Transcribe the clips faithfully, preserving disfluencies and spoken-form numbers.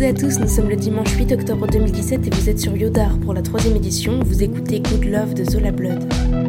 à tous, nous sommes le dimanche huit octobre deux mille dix-sept et vous êtes sur Yodar pour la troisième édition. Vous écoutez Good Love de Zola Blood.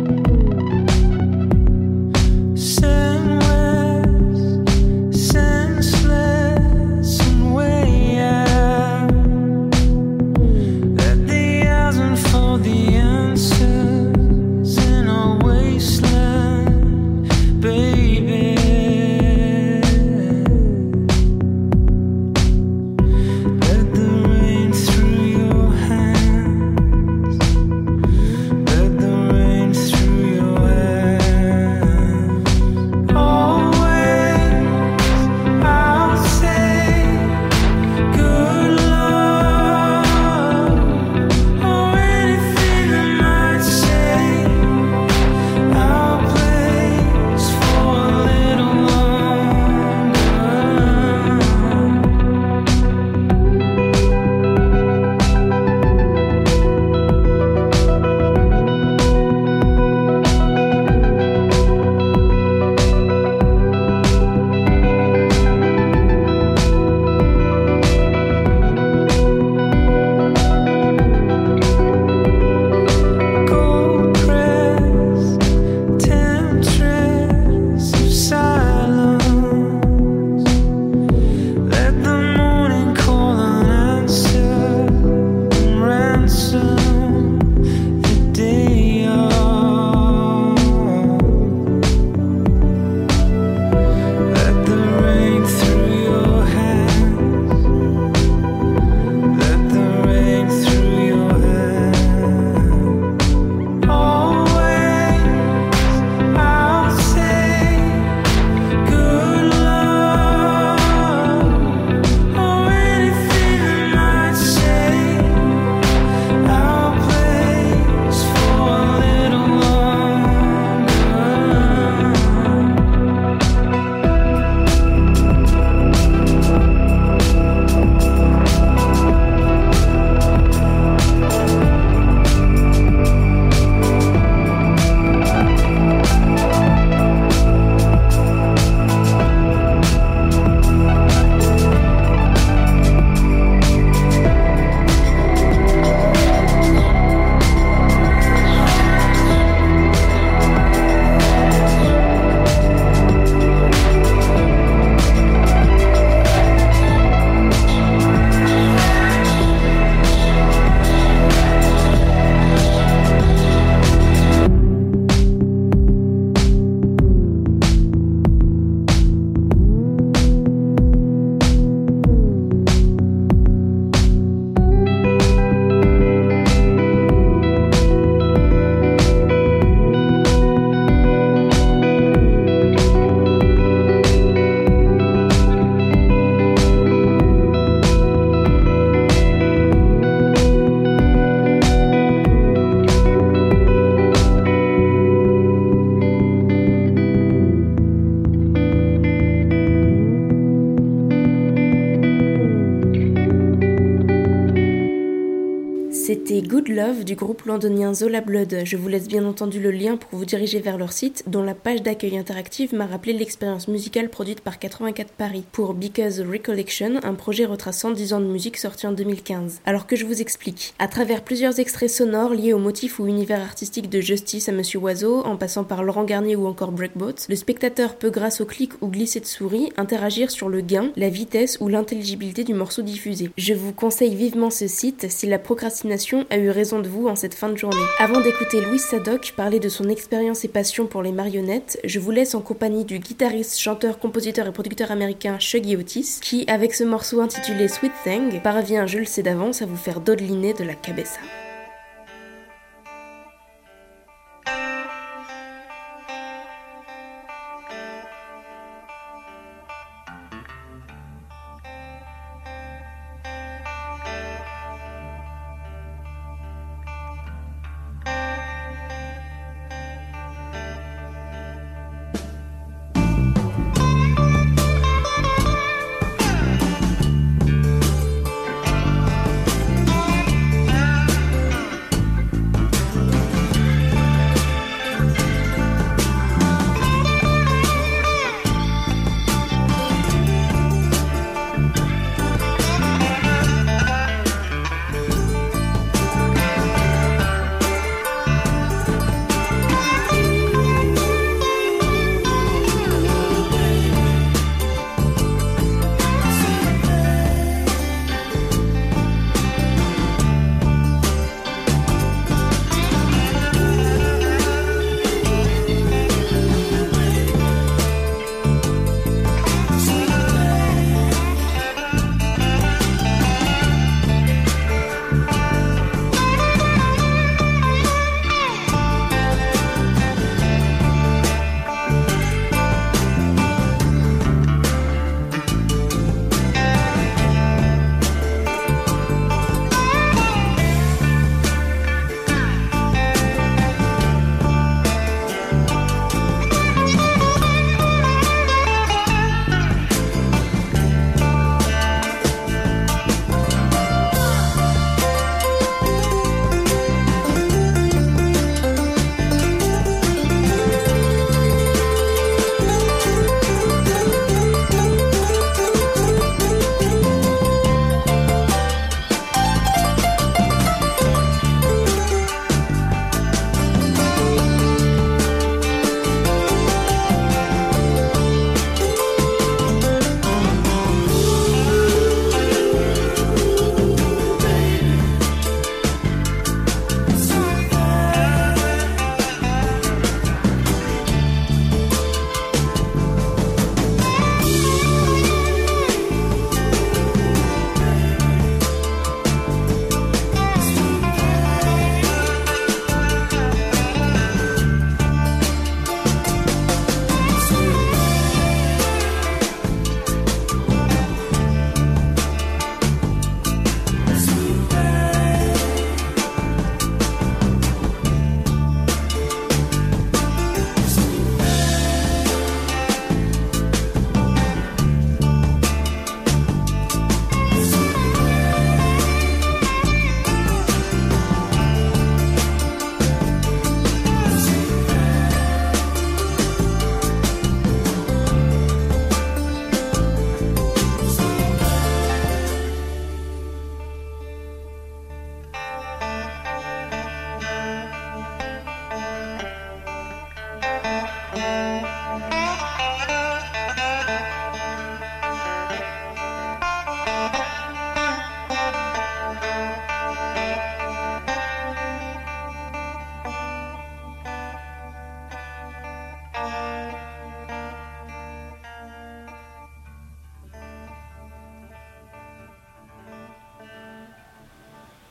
C'était Good Love du groupe londonien Zola Blood. Je vous laisse bien entendu le lien pour vous diriger vers leur site, dont la page d'accueil interactive m'a rappelé l'expérience musicale produite par quatre-vingt-quatre Paris pour Because Recollection, un projet retraçant dix ans de musique sorti en deux mille quinze. Alors que je vous explique. À travers plusieurs extraits sonores liés au motif ou univers artistique de Justice à Monsieur Oiseau, en passant par Laurent Garnier ou encore Breakboat, le spectateur peut, grâce au clic ou glisser de souris, interagir sur le gain, la vitesse ou l'intelligibilité du morceau diffusé. Je vous conseille vivement ce site si la procrastination a eu raison de vous en cette fin de journée. Avant d'écouter Louis Sadok parler de son expérience et passion pour les marionnettes, je vous laisse en compagnie du guitariste, chanteur, compositeur et producteur américain Shuggy Otis, qui, avec ce morceau intitulé Sweet Thing, parvient, je le sais d'avance, à vous faire dodeliner de la cabeza.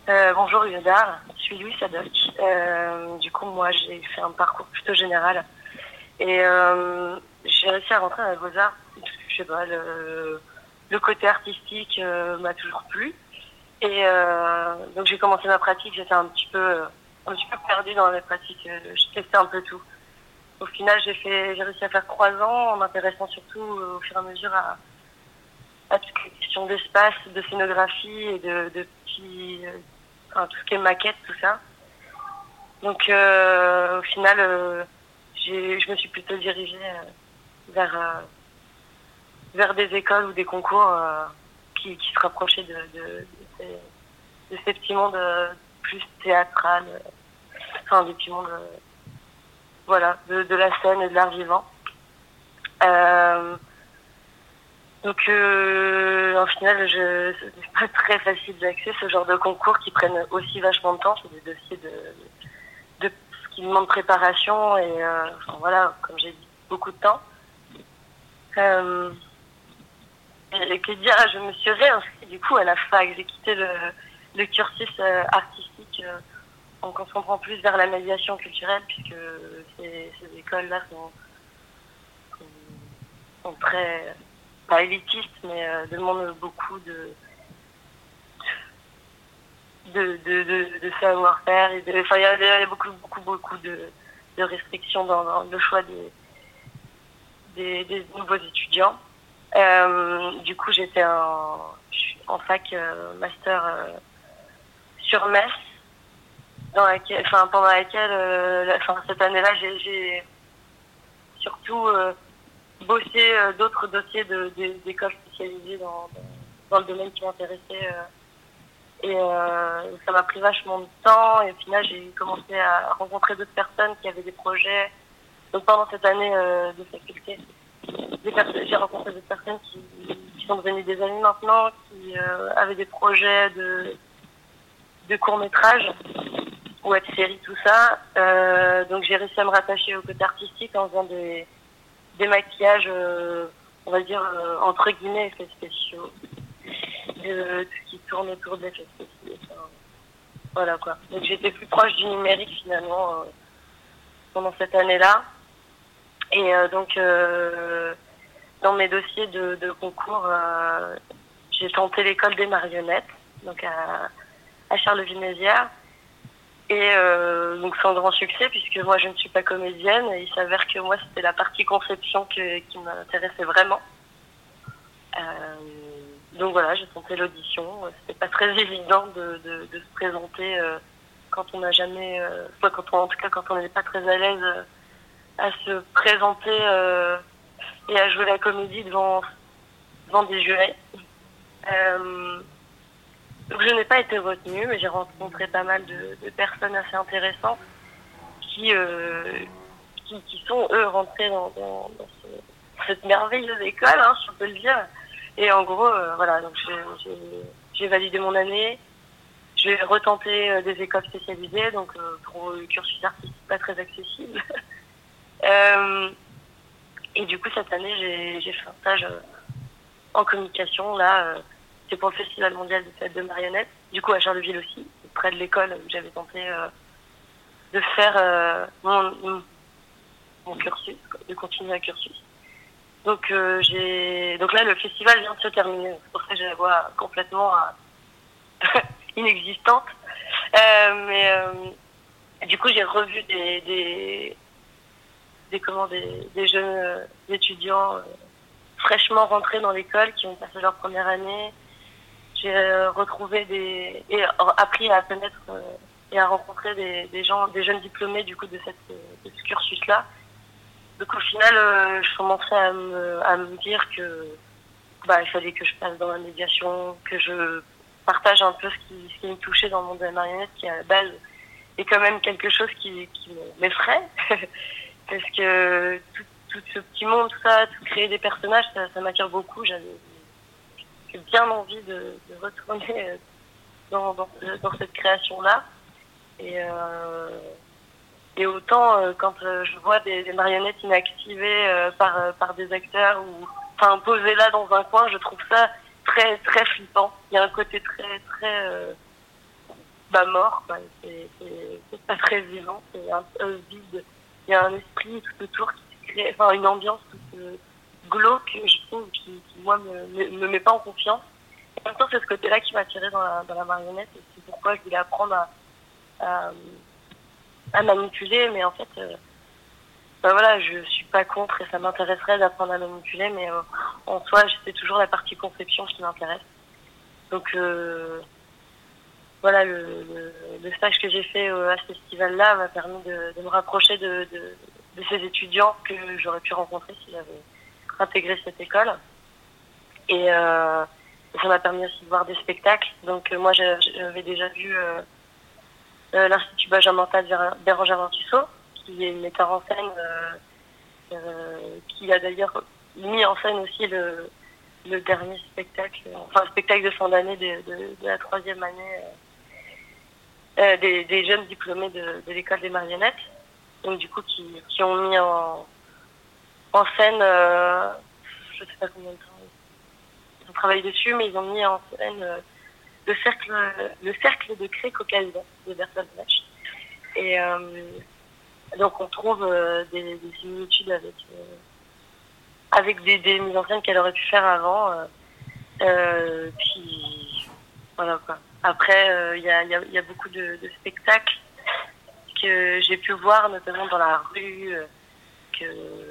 Euh, bonjour Yodar, je suis Louis Sadoc. Euh, du coup, moi, j'ai fait un parcours plutôt général. Et euh, j'ai réussi à rentrer à Beaux-Arts. Je sais pas, le, le côté artistique euh, m'a toujours plu. Et euh, donc j'ai commencé ma pratique, j'étais un petit peu, un petit peu perdue dans mes pratiques. Je testais un peu tout. Au final, j'ai fait, j'ai réussi à faire trois ans en m'intéressant surtout euh, au fur et à mesure à, à toutes les questions d'espace, de scénographie et de, de petits, euh, enfin, tout ce qui est maquette, tout ça. Donc euh, au final, euh, j'ai, je me suis plutôt dirigée euh, vers, euh, vers des écoles ou des concours euh, qui, qui se rapprochaient de, de, de, ces, de ces petits mondes euh, plus théâtral, euh, enfin des petits mondes, euh, voilà, de, de la scène et de l'art vivant. Euh, donc euh, au final, je, c'est pas très facile d'accès ce genre de concours qui prennent aussi vachement de temps. C'est des dossiers de, de qui demandent préparation et euh, enfin, voilà, comme j'ai dit, beaucoup de temps. Euh, et que dire, je me suis réinscrite du coup à la fac. J'ai quitté le, le cursus euh, artistique euh, en concentrant plus vers la médiation culturelle puisque ces, ces écoles-là sont, sont, sont très, pas élitistes, mais euh, demandent beaucoup de de, de, de, de savoir-faire. Et de, enfin, il y a, il y a beaucoup, beaucoup, beaucoup de, de restrictions dans, dans le choix des, des, des nouveaux étudiants. Euh, du coup, j'étais en, en fac euh, master euh, sur Metz, dans laquelle, enfin, pendant laquelle, euh, la, enfin, cette année-là, j'ai, j'ai surtout euh, bossé euh, d'autres dossiers de, de, d'écoles spécialisées dans, dans, dans le domaine qui m'intéressait. Euh, et euh, ça m'a pris vachement de temps. Et au final, j'ai commencé à rencontrer d'autres personnes qui avaient des projets. Donc pendant cette année euh, de faculté, des pers- j'ai rencontré des personnes qui, qui sont devenues des amis maintenant, qui euh, avaient des projets de, de courts-métrages, web séries, tout ça. Euh, donc j'ai réussi à me rattacher au côté artistique en faisant des, des maquillages, euh, on va dire, euh, entre guillemets, effets spéciaux. De tout ce qui tourne autour de l'effet spéciaux. Enfin, voilà quoi. Donc j'étais plus proche du numérique finalement euh, pendant cette année-là. Et euh, donc, euh, dans mes dossiers de, de concours, euh, j'ai tenté l'école des marionnettes, donc à, à Charleville-Mézières. Et euh, donc sans grand succès, puisque moi je ne suis pas comédienne. Et il s'avère que moi c'était la partie conception que, qui m'intéressait vraiment. Euh, donc voilà, j'ai tenté l'audition. C'était pas très évident de, de, de se présenter euh, quand on n'a jamais, euh, soit quand on, en tout cas quand on n'est pas très à l'aise. Euh, à se présenter euh, et à jouer la comédie devant, devant des jurés. Euh, donc je n'ai pas été retenue, mais j'ai rencontré pas mal de, de personnes assez intéressantes qui, euh, qui, qui sont, eux, rentrés dans, dans, dans ce, cette merveilleuse école, hein, si on peut le dire. Et en gros, euh, voilà, donc j'ai, j'ai, j'ai validé mon année. J'ai retenté euh, des écoles spécialisées, donc euh, pour le cursus artistique pas très accessible. Euh, et du coup, cette année, j'ai, j'ai fait un stage euh, en communication. Là, euh, c'est pour le Festival mondial de fêtes de marionnettes. Du coup, à Charleville aussi, près de l'école où j'avais tenté euh, de faire euh, mon, mon cursus, de continuer un cursus. Donc, euh, j'ai, donc là, le festival vient de se terminer. C'est pour ça que j'ai la voix complètement euh, inexistante. Euh, mais euh, du coup, j'ai revu des, des des comment des, des jeunes euh, étudiants euh, fraîchement rentrés dans l'école qui ont passé leur première année. J'ai euh, retrouvé des et appris à connaître euh, et à rencontrer des, des gens, des jeunes diplômés du coup de cette de ce cursus-là. Donc au final, euh, je commençais à me à me dire que bah il fallait que je passe dans la médiation, que je partage un peu ce qui ce qui me touchait dans le monde de la marionnette, qui à la base est quand même quelque chose qui qui m'effraie. Parce que tout, tout ce petit monde, tout ça, tout créer des personnages, ça, ça m'attire beaucoup. J'avais j'ai bien envie de, de retourner dans, dans, dans cette création-là. Et, euh, et autant euh, quand euh, je vois des, des marionnettes inactivées euh, par, euh, par des acteurs ou enfin posées là dans un coin, je trouve ça très très flippant. Il y a un côté très très euh, bah, mort, quoi. C'est, c'est, c'est pas très vivant, c'est un peu vide. Il y a un esprit tout autour qui se crée, enfin une ambiance toute euh, glauque, je trouve, qui, qui moi me, me, me met pas en confiance. Et en même temps, c'est ce côté-là qui m'a attirée dans la, dans la marionnette, et c'est pourquoi je voulais apprendre à, à, à manipuler, mais en fait, euh, bah voilà, je suis pas contre et ça m'intéresserait d'apprendre à manipuler, mais euh, en soi, c'est toujours la partie conception qui m'intéresse. Donc euh, voilà, le, le, le stage que j'ai fait euh, à ce festival-là m'a permis de, de me rapprocher de, de, de ces étudiants que j'aurais pu rencontrer si j'avais intégré cette école. Et euh, ça m'a permis aussi de voir des spectacles. Donc euh, moi, j'avais déjà vu euh, euh, l'Institut Benjamin Mental Bérangère Ventusseau, qui est une metteur en scène, euh, euh, qui a d'ailleurs mis en scène aussi le, le dernier spectacle, enfin le spectacle de fin d'année de, de, de la troisième année euh, euh, des, des jeunes diplômés de, de l'école des marionnettes. Donc du coup, qui, qui ont mis en, en scène, euh, je sais pas combien de temps ils ont travaillé dessus, mais ils ont mis en scène euh, le cercle, le cercle de craie caucasien de Bertolt Brecht. Et euh, donc on trouve euh, des, des similitudes avec euh, avec des, des mises en scène qu'elle aurait pu faire avant. Euh, euh, puis voilà quoi. Après, il euh, y, a, y, a, y a beaucoup de, de spectacles que j'ai pu voir, notamment dans la rue. Euh, que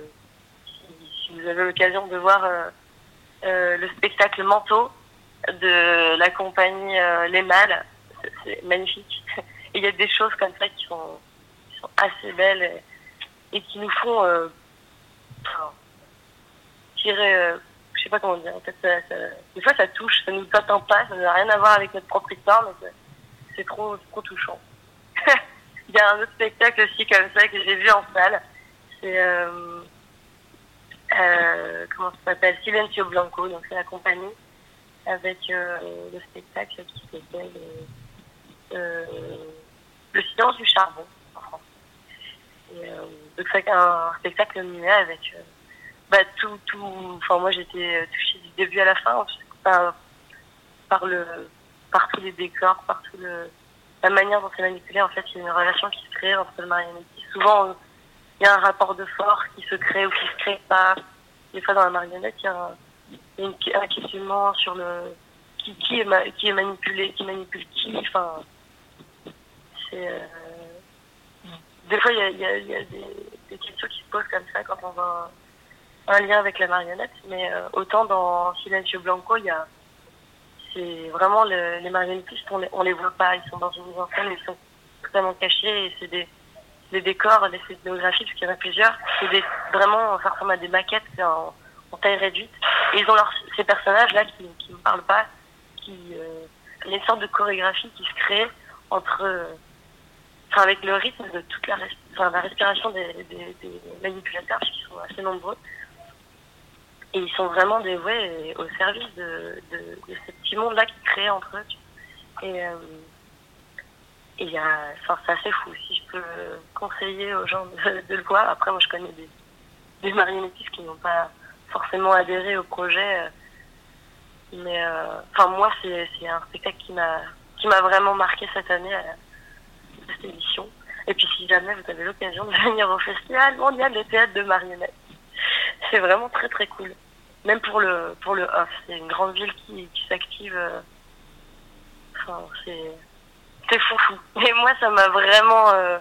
si, si vous avez l'occasion de voir euh, euh, le spectacle Manteau de la compagnie euh, Les Mâles, c'est, c'est magnifique. Et il y a des choses comme ça qui sont, qui sont assez belles et, et qui nous font euh, enfin, tirer, euh, je sais pas comment dire, en fait, ça, ça, des fois ça touche, ça nous atteint pas, ça n'a rien à voir avec notre propre histoire, mais c'est, c'est trop, c'est trop touchant. Il y a un autre spectacle aussi comme ça que j'ai vu en salle, c'est euh, euh, comment ça s'appelle, Silencio Blanco, donc c'est la compagnie avec euh, le spectacle qui s'appelle euh, euh, Le silence du charbon en France. Et, euh, donc c'est un spectacle muet avec euh, bah, tout, tout, enfin moi j'étais touchée du début à la fin par, par le, par tous les décors, par tout le, la manière dont c'est manipulé. En fait, il y a une relation qui se crée entre le marionnettiste. Souvent, il y a un rapport de force qui se crée ou qui se crée pas. Des fois, dans la marionnette, il y a un, une, un questionnement sur le qui, qui, est, ma, qui est manipulé, qui manipule qui. Enfin, c'est euh, des fois, il y a, il y a, il y a des, des questions qui se posent comme ça quand on va un lien avec la marionnette, mais euh, autant dans Silencio Blanco, il y a, c'est vraiment le, les marionnettistes, on les, on les voit pas, ils sont dans une mise en scène, ils sont totalement cachés, et c'est des, des décors, des scénographies, parce qu'il y en a plusieurs, c'est des, vraiment, ça ressemble à des maquettes en, en taille réduite, et ils ont leur, ces personnages-là qui, qui ne parlent pas, qui, euh, il y a une sorte de chorégraphie qui se crée entre, euh, enfin, avec le rythme de toute la, res, enfin, la respiration des, des, des manipulateurs, parce qu'ils sont assez nombreux. Et ils sont vraiment dévoués au service de, de, de ce petit monde-là qui crée entre eux. Et euh, il y a, enfin, c'est assez fou. Si je peux conseiller aux gens de, de le voir. Après, moi, je connais des, des marionnettistes qui n'ont pas forcément adhéré au projet. Mais, euh, enfin, moi, c'est, c'est un spectacle qui m'a, qui m'a vraiment marqué cette année à cette édition. Et puis, si jamais vous avez l'occasion de venir au Festival mondial de théâtre de marionnettes, c'est vraiment très très cool. Même pour le pour le off, c'est une grande ville qui, qui s'active. Euh, enfin, c'est c'est fou fou. Et moi, ça m'a vraiment euh,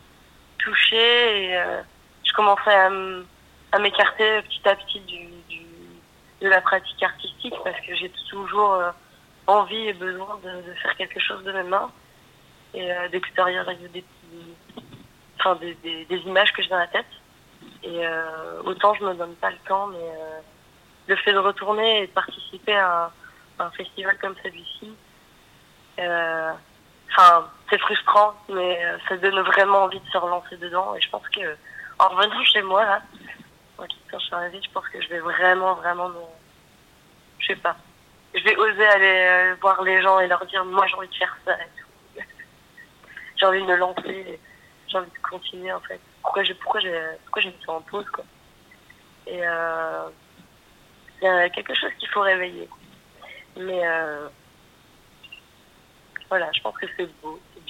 touchée et euh, je commençais à, m- à m'écarter petit à petit du, du de la pratique artistique parce que j'ai toujours euh, envie et besoin de, de faire quelque chose de mes mains et euh, d'extérioriser des petits, enfin des, des, des images que j'ai dans la tête. Et euh, autant je me donne pas le temps, mais euh, le fait de retourner et de participer à un, à un festival comme celui-ci, euh, enfin, c'est frustrant, mais euh, ça donne vraiment envie de se relancer dedans. Et je pense que en revenant chez moi, là, quand je suis arrivée, je pense que je vais vraiment, vraiment me... Je sais pas. Je vais oser aller euh, voir les gens et leur dire, moi j'ai envie de faire ça et tout. J'ai envie de me lancer, j'ai envie de continuer en fait. Pourquoi j'ai pourquoi j'ai pourquoi j'ai mis ça en pause quoi. Et euh, il y a quelque chose qu'il faut réveiller. Mais euh, voilà, je pense que c'est beau, c'est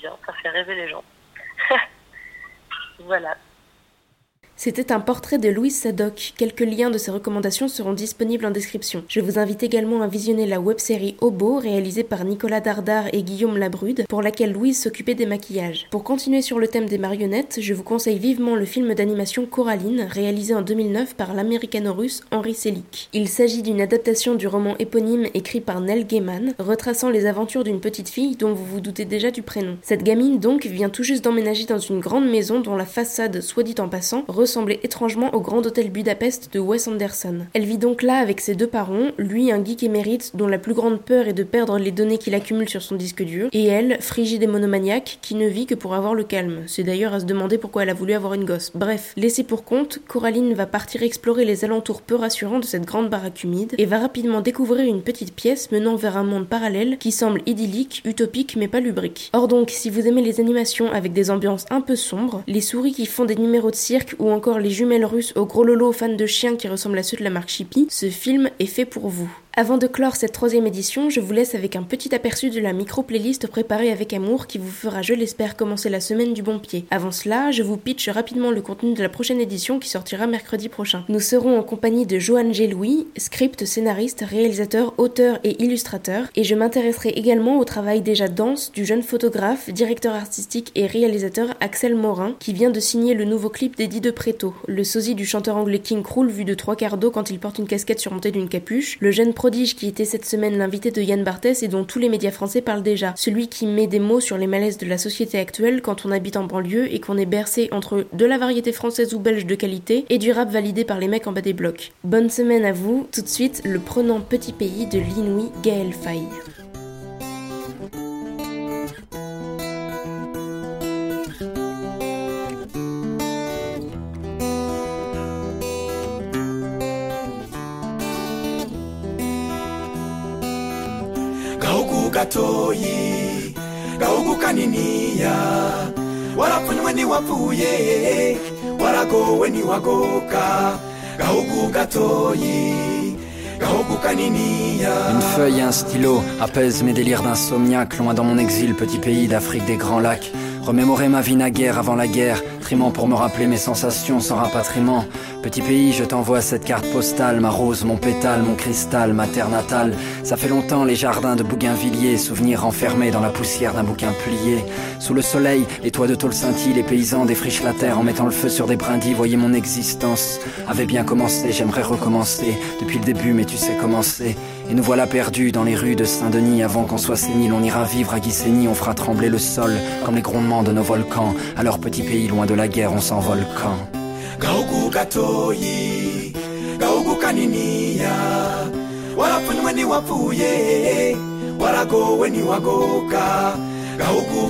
rêver les gens. Voilà. C'était un portrait de Louise Sadok. Quelques liens de ses recommandations seront disponibles en description. Je vous invite également à visionner la web-série Obo, réalisée par Nicolas Dardar et Guillaume Labrude, pour laquelle Louise s'occupait des maquillages. Pour continuer sur le thème des marionnettes, je vous conseille vivement le film d'animation Coraline, réalisé en deux mille neuf par l'américano-russe Henry Selick. Il s'agit d'une adaptation du roman éponyme écrit par Neil Gaiman, retraçant les aventures d'une petite fille dont vous vous doutez déjà du prénom. Cette gamine donc vient tout juste d'emménager dans une grande maison dont la façade, soit dit en passant, ressemblait étrangement au Grand Hôtel Budapest de Wes Anderson. Elle vit donc là avec ses deux parents, lui un geek émérite dont la plus grande peur est de perdre les données qu'il accumule sur son disque dur, et elle, frigide et monomaniaque, qui ne vit que pour avoir le calme. C'est d'ailleurs à se demander pourquoi elle a voulu avoir une gosse. Bref, laissée pour compte, Coraline va partir explorer les alentours peu rassurants de cette grande baraque humide, et va rapidement découvrir une petite pièce menant vers un monde parallèle qui semble idyllique, utopique mais pas lubrique. Or donc, si vous aimez les animations avec des ambiances un peu sombres, les souris qui font des numéros de cirque ou encore les jumelles russes aux gros lolos fans de chiens qui ressemblent à ceux de la marque Chippy, ce film est fait pour vous. Avant de clore cette troisième édition, je vous laisse avec un petit aperçu de la micro-playlist préparée avec amour qui vous fera, je l'espère, commencer la semaine du bon pied. Avant cela, je vous pitch rapidement le contenu de la prochaine édition qui sortira mercredi prochain. Nous serons en compagnie de Johan G. Louis, script, scénariste, réalisateur, auteur et illustrateur, et je m'intéresserai également au travail déjà dense du jeune photographe, directeur artistique et réalisateur Axel Morin, qui vient de signer le nouveau clip d'Eddie de Pretto, le sosie du chanteur anglais King Krul vu de trois quarts d'eau quand il porte une casquette surmontée d'une capuche, le jeune prodige qui était cette semaine l'invité de Yann Barthès et dont tous les médias français parlent déjà. Celui qui met des mots sur les malaises de la société actuelle quand on habite en banlieue et qu'on est bercé entre de la variété française ou belge de qualité et du rap validé par les mecs en bas des blocs. Bonne semaine à vous, tout de suite le prenant petit pays de l'inouï Gaël Faye. Gatoyi gaugu kaniniya warafunwe ni wapuye waragowe ni wagoka gaugu gatoyi gaugu kaniniya. Une feuille et un stylo apaisent mes délires d'insomniaque, loin dans mon exil, petit pays d'Afrique des grands lacs. Remémorer ma vie naguère avant la guerre, trimant pour me rappeler mes sensations sans rapatriement. Petit pays, je t'envoie cette carte postale, ma rose, mon pétale, mon cristal, ma terre natale. Ça fait longtemps les jardins de Bougainvilliers, souvenirs enfermés dans la poussière d'un bouquin plié. Sous le soleil, les toits de tôle scintillent, les paysans défrichent la terre en mettant le feu sur des brindilles. Voyez mon existence avait bien commencé, j'aimerais recommencer depuis le début, mais tu sais comment c'est. Et nous voilà perdus dans les rues de Saint-Denis. Avant qu'on soit sénile, on ira vivre à Guissény. On fera trembler le sol comme les grondements de nos volcans. Alors petit pays, loin de la guerre, on s'envole quand Gaugu gatoyi gaugu kaniniya warafunwe ni wapuye waragowe ni wagoka gaugu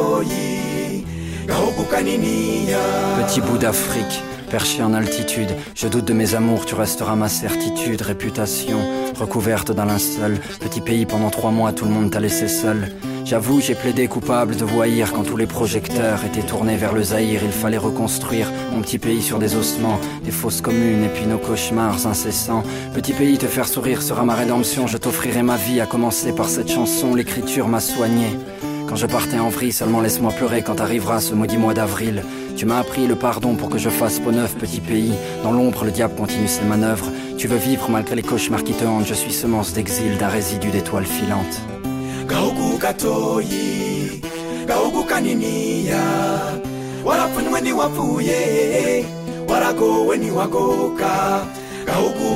gatoyi gaugu kaniniya. Petit bout d'Afrique perché en altitude, je doute de mes amours, tu resteras ma certitude. Réputation recouverte d'un linceul, petit pays pendant trois mois, tout le monde t'a laissé seul. J'avoue, j'ai plaidé coupable de voyir quand tous les projecteurs étaient tournés vers le Zaïre. Il fallait reconstruire mon petit pays sur des ossements, des fosses communes et puis nos cauchemars incessants. Petit pays, te faire sourire sera ma rédemption, je t'offrirai ma vie, à commencer par cette chanson. L'écriture m'a soigné quand je partais en vrille, seulement laisse-moi pleurer quand arrivera ce maudit mois d'avril. Tu m'as appris le pardon pour que je fasse peau neuve, petit pays. Dans l'ombre, le diable continue ses manœuvres. Tu veux vivre malgré les cauchemars qui te hantent. Je suis semence d'exil d'un résidu d'étoiles filantes. Gaugu gatoyi gaugu kaniniya warafunwe ni wapuye waragowe ni wagoka gaugu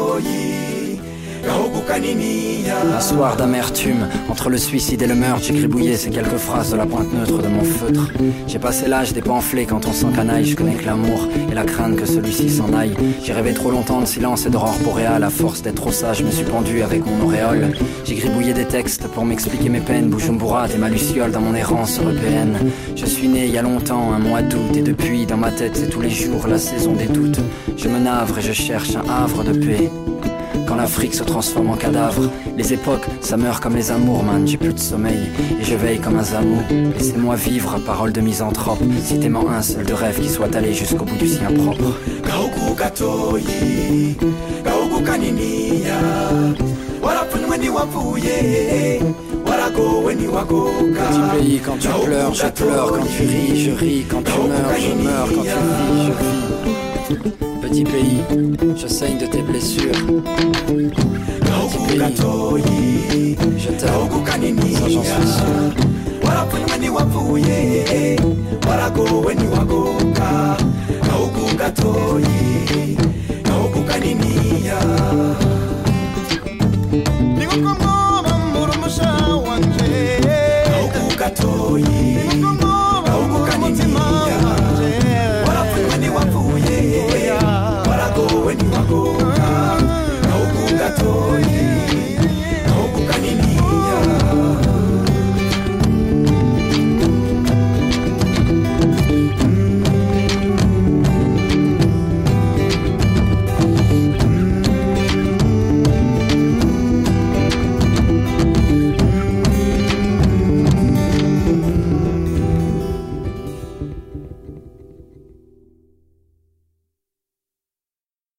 gatoyi gaugu kaniniya. Un soir d'amertume, entre le suicide et le meurtre, j'ai gribouillé ces quelques phrases de la pointe neutre de mon feutre. J'ai passé l'âge des pamphlets quand on s'encanaille. Je connais que l'amour et la crainte que celui-ci s'en aille. J'ai rêvé trop longtemps de silence et d'aurore boréale. À force d'être trop sage, je me suis pendu avec mon auréole. J'ai gribouillé des textes pour m'expliquer mes peines. Bujumbura et ma luciole dans mon errance européenne. Je suis né il y a longtemps, un mois d'août, et depuis dans ma tête c'est tous les jours la saison des doutes. Je me navre et je cherche un havre de paix. Quand l'Afrique se transforme en cadavre, les époques, ça meurt comme les amours, man. J'ai plus de sommeil et je veille comme un zamou. Laissez-moi vivre, parole de misanthrope. Citez-moi un seul de rêve qui soit allé jusqu'au bout du sien propre. Gaugu gatoyi gaugu kaniniya warafunwe ni wapuye waragowe waragowe niwagoka. Petit pays, quand tu pleures, je pleure, quand tu ris, je ris, quand tu meurs, je meurs, quand tu vis, je vis. Petit pays, je saigne de tes blessures. Petit pays, je t'aime, ça j'en suis sûr. Warafunwe niwavuye, waragowe niwagoka. Gahugu gatoyi, gahugu kaniniya. Gahugu gatoyi